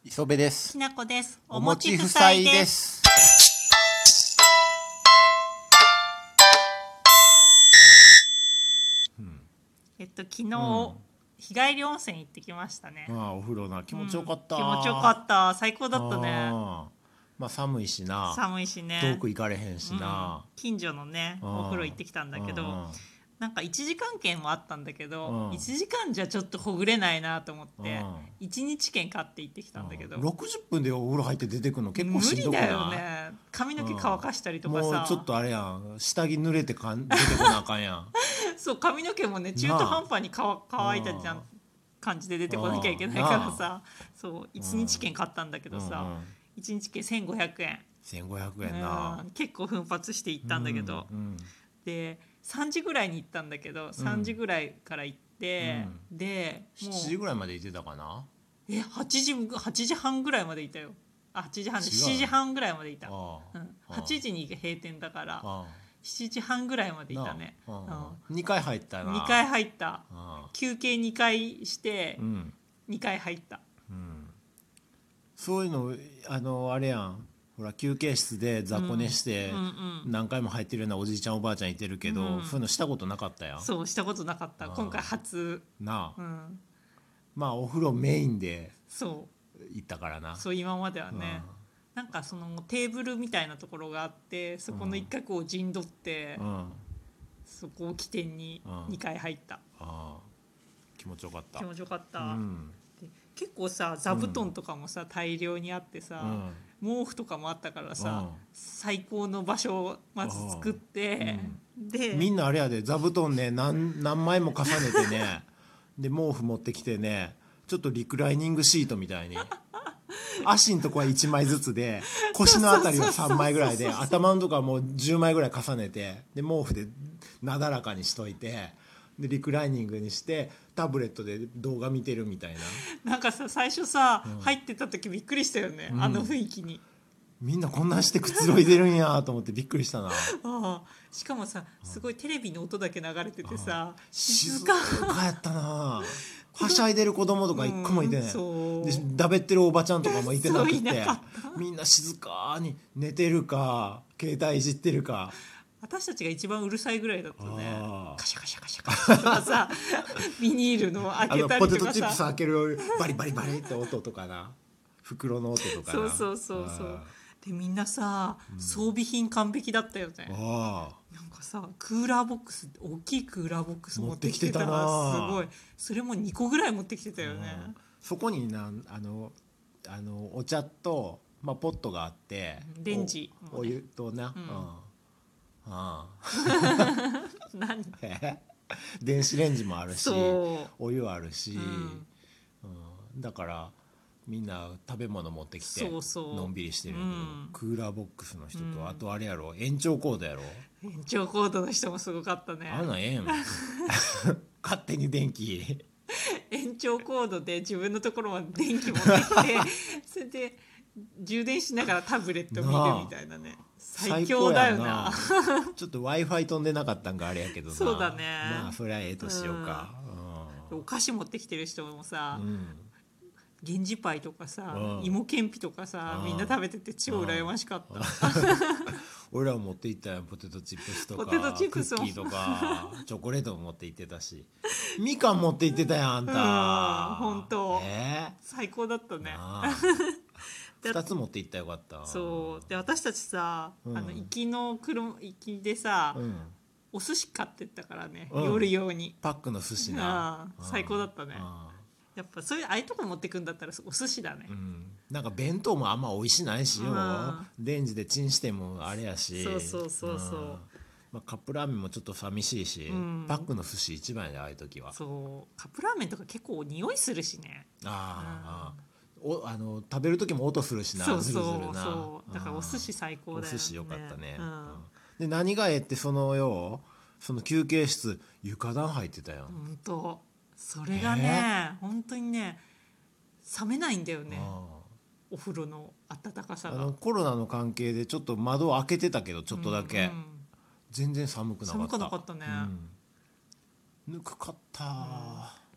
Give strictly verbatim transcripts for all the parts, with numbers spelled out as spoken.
磯部です。 きなこです。 おもち夫妻です。 うん、えっと昨日、うん、日帰り温泉行ってきましたね。 ああ、お風呂な、気持ちよかった、うん、 気持ちよかった。最高だったね。 あ、まあ、寒いしな、 寒いしね、 遠く行かれへんしな、 うん、近所のねお風呂行ってきたんだけど、なんかいちじかん券もあったんだけど、いちじかんじゃちょっとほぐれないなと思っていちにち券買って行ってきたんだけど、 ろくじゅっぷんでお風呂入って出てくるの結構しんどくない？ 無理だよね。髪の毛乾かしたりとかさ、 もうちょっとあれやん、下着濡れてかん出てこなあかんやんそう、髪の毛もね中途半端に乾いたじゃん感じで出てこなきゃいけないからさ、そういちにち券買ったんだけどさ、いちにち券せんごひゃくえんせんごひゃくえんな、 結構奮発して行ったんだけど、 うんうん、 でさんじぐらいに行ったんだけど、さんじぐらいから行って、うん、でもうしちじぐらいまで行ってたかな。 えはちじ、はちじはんぐらいまでいたよ。あはちじはんでしちじはんぐらいまでいた、うん、はちじに閉店だからしちじはんぐらいまでいたね、うん、 にかい入ったな。 にかい入った。休憩にかいしてにかい入った、うんうん、 そういうのあのあれやん、ほら休憩室で雑魚寝して何回も入ってるようなおじいちゃんおばあちゃんいてるけど、うん、そういうのしたことなかったやん。 そうしたことなかった。今回初なあ、うん、まあお風呂メインでそう行ったからな。 そう今まではね、うん、なんかそのテーブルみたいなところがあってそこの一角を陣取って、うん、そこを起点ににかい入った、うん、あ気持ちよかった。 気持ちよかった、うん、で結構さ座布団とかもさ、うん、大量にあってさ、うん、毛布とかもあったからさ、うん、最高の場所をまず作って、 うん、でみんなあれやで座布団ね 何, 何枚も重ねてねで毛布持ってきてね、ちょっとリクライニングシートみたいに足のとこはいちまいずつで腰のあたりはさんまいぐらいで頭のとこはもうじゅうまいぐらい重ねてで毛布でなだらかにしといてでリクライニングにしてタブレットで動画見てるみたいな。なんかさ最初さ、うん、入ってた時びっくりしたよね、うん、あの雰囲気に。 みんなこんなんしてくつろいでるんやと思ってびっくりしたなあしかもさすごいテレビの音だけ流れててさ静かやったなはしゃいでる子供とか一個もいてね、うん、でだべってるおばちゃんとかもいてなくてみんな静かに寝てるか携帯いじってるか。 私たちが一番うるさいぐらいだったね。カシャカシャカシャカシャとかさビニールの開けたりとかさポテトチップス開けるバリバリバリって音とかな袋の音とかな。 そうそうそうそうでみんなさ、うん、装備品完璧だったよね。あなんかさクーラーボックス大きいクーラーボックス持ってきてた。持ってきてたな。すごいそれもにこぐらい持ってきてたよね。 そこになあのあのお茶と、まあ、ポットがあってレンジお, お湯とな、うんうんああ何電子レンジもあるしお湯あるし、うんうん、だからみんな食べ物持ってきてそうそうのんびりしてるけど、うん、クーラーボックスの人と、うん、あとあれやろ延長コードやろ。 延長コードの人もすごかったね。 あんなんええん勝手に電気延長コードで自分のところまで電気持ってきてそれで充電しながらタブレット見るみたいなね。最強だよなちょっと Wi-Fi 飛んでなかったんかあれやけどな。 そうだね。 まあそりゃええとしようか、 うん、お菓子持ってきてる人もさ、うん、源氏パイとかさ、うん、芋けんぴとかさみんな食べてて超羨ましかった俺らも持って行ったよポテトチップスとかポテトチップスクッキーとかチョコレートも持って行ってたしみかん持って行ってたやんあんた。 本当、えー、最高だったねふたつ持って行ったらよかった。 そうで私たちさ、うん、あの行きの車行きでさ、うん、お寿司買ってったからね、うん、夜用にパックの寿司な。 最高だったね。やっぱそういうああいうとこ持ってくんだったらお寿司だね、うん、 なんか弁当もあんま美味しないしよ、レンジでチンしてもあれやし。 そうそうそうそう、うんまあ、カップラーメンもちょっと寂しいし、うん、パックの寿司一番やでああいう時は。 そうカップラーメンとか結構匂いするしね。 ああ、うん、おあの食べる時も音するしな。 そうそうそう、そうだからお寿司最高だよね。 お寿司よかったね、うん、で何がええってそのよその休憩室床暖入ってたよ。 本当それがね、えー、本当にね冷めないんだよね。お風呂の暖かさが。あのコロナの関係でちょっと窓を開けてたけどちょっとだけ、うんうん、全然寒くなかった。 寒くなかったね、 うん、ぬくかった、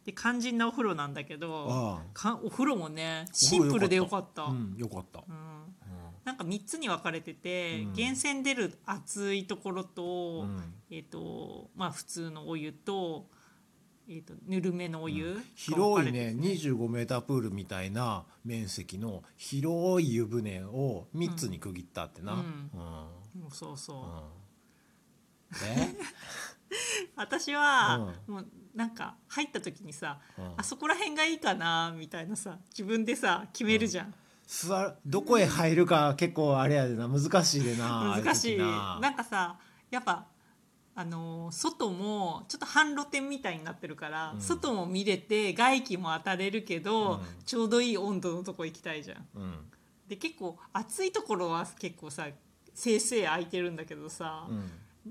で肝心なお風呂なんだけど、 ああかお風呂もねシンプルでよかった。 うん、よかった、 うん、なんかみっつに分かれてて、うん、源泉出る熱いところと、うん、えーとまあ、普通のお湯と、えーとぬるめのお湯、うん、 広いねにじゅうごメータープールみたいな面積の広い湯船をみっつに区切ったってな、うんうんうん、そうそう、 うん、え私は、うん、もうなんか入った時にさ、うん、あそこら辺がいいかなみたいなさ自分でさ決めるじゃん、うん、 座るどこへ入るか結構あれやでな難しいでな難しいな。なんかさやっぱあのー、外もちょっと半露天みたいになってるから、うん、外も見れて外気も当たれるけど、うん、ちょうどいい温度のとこ行きたいじゃん、うん、で結構暑いところは結構させいせい空いてるんだけどさ、うん、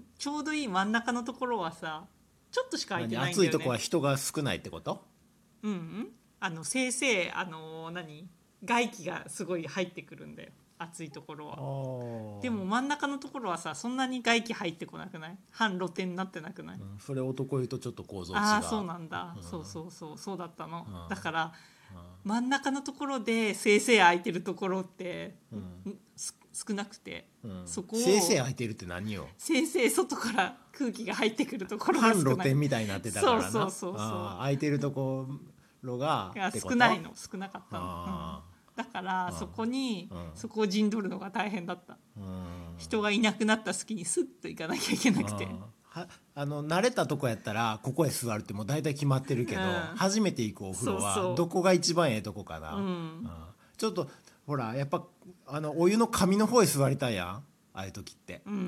ちょうどいい真ん中のところはさちょっとしか空いてないんだよね。 暑いとこは人が少ないってこと？ うんうん、あのせいせいあの何外気がすごい入ってくるんだよ暑いところは。でも真ん中のところはさそんなに外気入ってこなくない？半露天になってなくない？うん、 それ男湯とちょっと構造違う。 ああそうなんだ、うん、そうそうそうそうだったの、うん、だから、うん、真ん中のところでせいせい空いてるところって、うん、少なくて、うん、そこをせいせい空いてるって何よ？ せいせい外から空気が入ってくるところが少ない。 半露天みたいになってたからな。 そうそうそうそう、 空いてるところが少ないの少なかったの、うん、だからそこに、うん、そこを陣取るのが大変だった、うん、人がいなくなった隙にスッと行かなきゃいけなくて、 はあの慣れたとこやったらここへ座るってもう大体決まってるけど、うん、初めて行くお風呂はどこが一番ええとこかな、うんうん、ちょっとほらやっぱあのお湯の上の方へ座りたいやんああいう時って、うんうん、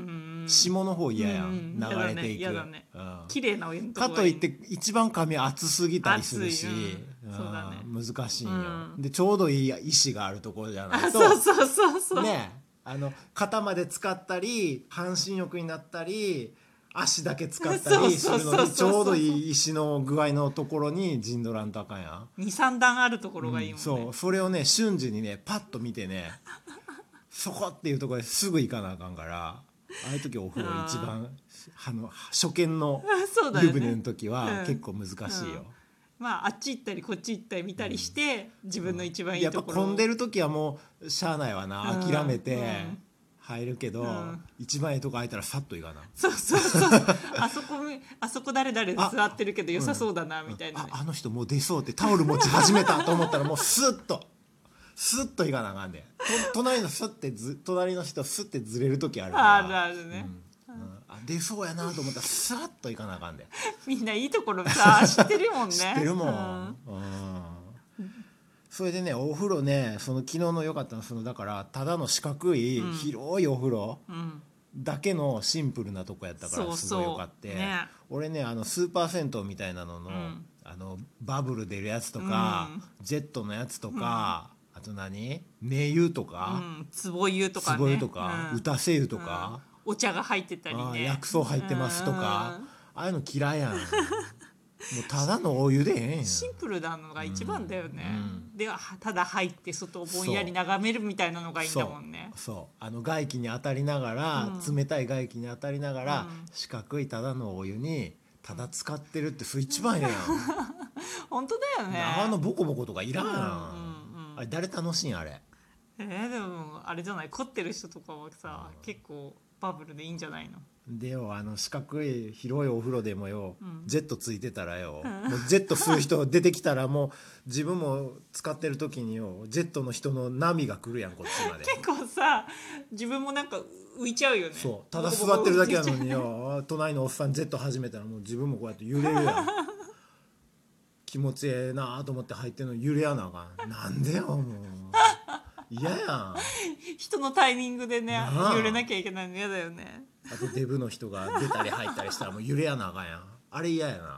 下の方嫌やん、うんうん、流れていく、 嫌だね、嫌だね、うん、綺麗なお湯のとこかといって一番上熱すぎたりするし、うん、そうだね、難しいんよ、うん、でちょうどいい石があるところじゃないとそうそうそうそうね、あの肩まで使ったり半身浴になったり足だけ使ったりするのにちょうどいい石の具合のところに陣取らんとあかんやん。 にさん段あるところがいいもんね、 うん、そうそれをね瞬時にねパッと見てねそこっていうところですぐ行かなあかんから、ああいう時お風呂一番あの初見の湯船の時は結構難しいよ、うんうん、 まああっち行ったりこっち行ったり見たりして、うん、自分の一番いいところ、 やっぱ混んでる時はもうしゃあないわな、諦めて、うん入るけど、うん、一番ええとこ空いたらさっと行かな。 そうそうそうあそこあそこ誰々座ってるけど良さそうだなみたいな、 ね、あ, あの人もう出そうってタオル持ち始めたと思ったらもうスッとスッと行かなあかんで、隣のスッてず隣の人スッてずれる時あるからあるあるね、 うんうん、あ出そうやなと思ったらスッと行かなあかんでみんないいところさ知ってるもんね知ってるもん、うんうんそれでねお風呂ねその昨日の良かったのそのだからただの四角い広いお風呂だけのシンプルなとこやったからすごい良かった、ね、俺ねあのスーパー銭湯みたいなのの、うん、あのバブル出るやつとか、うん、ジェットのやつとか、うん、あと何名湯とか、 うん、壺湯とかね壺湯とか、うん、歌せ湯とか、 うん、お茶が入ってたりね薬草入ってますとか、うん、ああいうの嫌いやんもうただのお湯でええんシンプルなのが一番だよね、うん、でただ入って外をぼんやり眺めるみたいなのがいいんだもんね。 そう、そうあの外気に当たりながら、うん、冷たい外気に当たりながら、うん、四角いただのお湯にただ使ってるってそれ一番ええやん本当だよね。 あのボコボコとかいらんやん、うんうんうん、あれ誰楽しいんあれ。 えー、でもあれじゃない凝ってる人とかはさ、うん、結構バブルでいいんじゃないの。 でよあの四角い広いお風呂でもよ、うん、ジェットついてたらよ、うん、もうジェット吸う人出てきたらもう自分も使ってる時によジェットの人の波が来るやんこっちまで結構さ自分もなんか浮いちゃうよね。 そうただ座ってるだけなのによ隣のおっさんジェット始めたらもう自分もこうやって揺れるやん気持ちええなと思って入ってんの揺れやなあかんなんでよもう嫌やん人のタイミングでね揺れなきゃいけないの嫌だよね。 あとデブの人が出たり入ったりしたらもう揺れやなあかんやんあれ嫌やな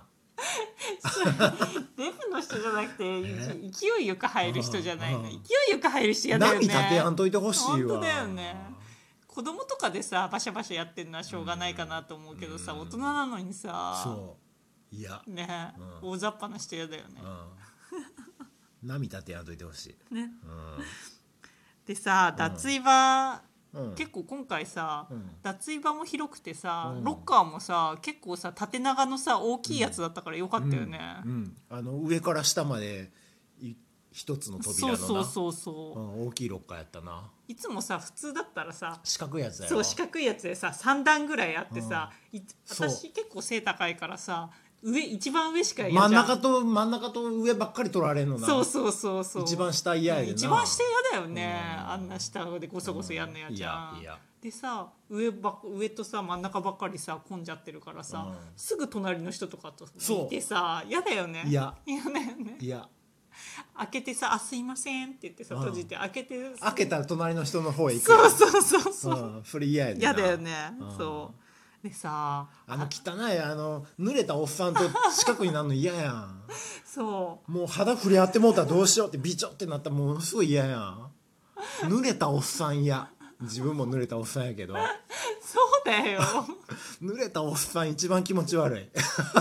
デブの人じゃなくて勢いよく入る人じゃないの。勢いよく入る人嫌だよね。 波立てやんといてほしいわ。 本当だよね。子供とかでさバシャバシャやってるのはしょうがないかなと思うけどさ、大人なのにさそういやね、うん、大雑把な人嫌だよね、 うん、波立てやんといてほしいね、うん、 でさ脱衣場うん、 結構今回さ、 うん、 脱衣場も広くてさ、 うん、 ロッカーもさ結構さ縦長のさ大きいやつだったからよかったよね、 うんうん、あの上から下まで一つの扉のな、 そうそうそうそう、 うん、大きいロッカーやったな。 いつもさ普通だったらさ四角いやつだよ。 そう四角いやつでささん段ぐらいあってさ、 うん、 私結構背高いからさ上一番上しか嫌じゃん。 真ん中と真ん中と上ばっかり取られるのな。 そうそうそうそう、 一番下嫌やでな。 一番下嫌だよね、うん、あんな下でゴソゴソやんのやじゃん、 うん、いやいやでさ 上, ば上とさ真ん中ばっかりさ混んじゃってるからさ、うん、すぐ隣の人とかと見てさ嫌だよね。 いや嫌だよね。 いや開けてさ「あすいません」って言ってさ閉じて、うん、開けて開けたら隣の人の方へ行く。 そうそうそうそう、 うん、それ嫌やでな。 嫌だよね、うん、そうでさあの汚いあの濡れたおっさんと近くになるの嫌やん。 そうもう肌触れ合ってもうたらどうしようってビチョってなったらものすごい嫌やん。濡れたおっさん嫌。自分も濡れたおっさんやけどそうだよ濡れたおっさん一番気持ち悪い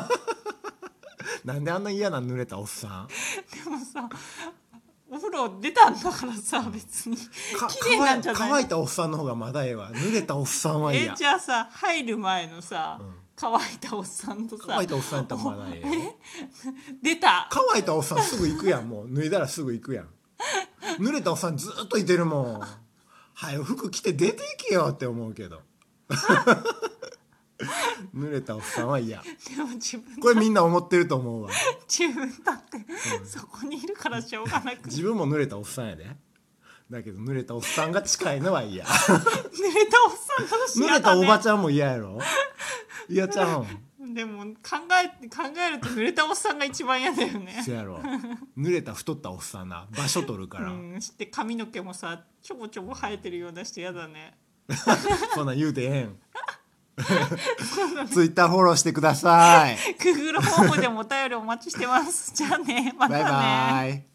なんであんな嫌な濡れたおっさん。 でもさお風呂出たんだからさ別に綺麗なんじゃない。 乾いたおっさんの方がまだええわ。濡れたおっさんは嫌。 えじゃあさ入る前のさ、うん、乾いたおっさんとさ乾いたおっさんやったらまだええよ。 出た乾いたおっさんすぐ行くやん。もう脱いだらすぐ行くやん。濡れたおっさんずっといてるもん。はよ服着て出ていけよって思うけど濡れたおっさんは嫌。 でも自分これみんな思ってると思うわ。 自分だって、うん、そこにいるからしょうがなく自分も濡れたおっさんやで。だけど濡れたおっさんが近いのは嫌。濡れたおっさん楽しい、ね、 濡れたおばちゃんも嫌やろ。嫌ちゃうんでも考え考えると濡れたおっさんが一番嫌だよね。 そうやろ。濡れた太ったおっさんな場所取るから、 うん、して髪の毛もさちょぼちょぼ生えてるような人嫌だね。 そんなん言うてええん。ツイッターフォローしてください。 Google ホームでもお便りお待ちしてます。じゃあねまたね。 バイバイ。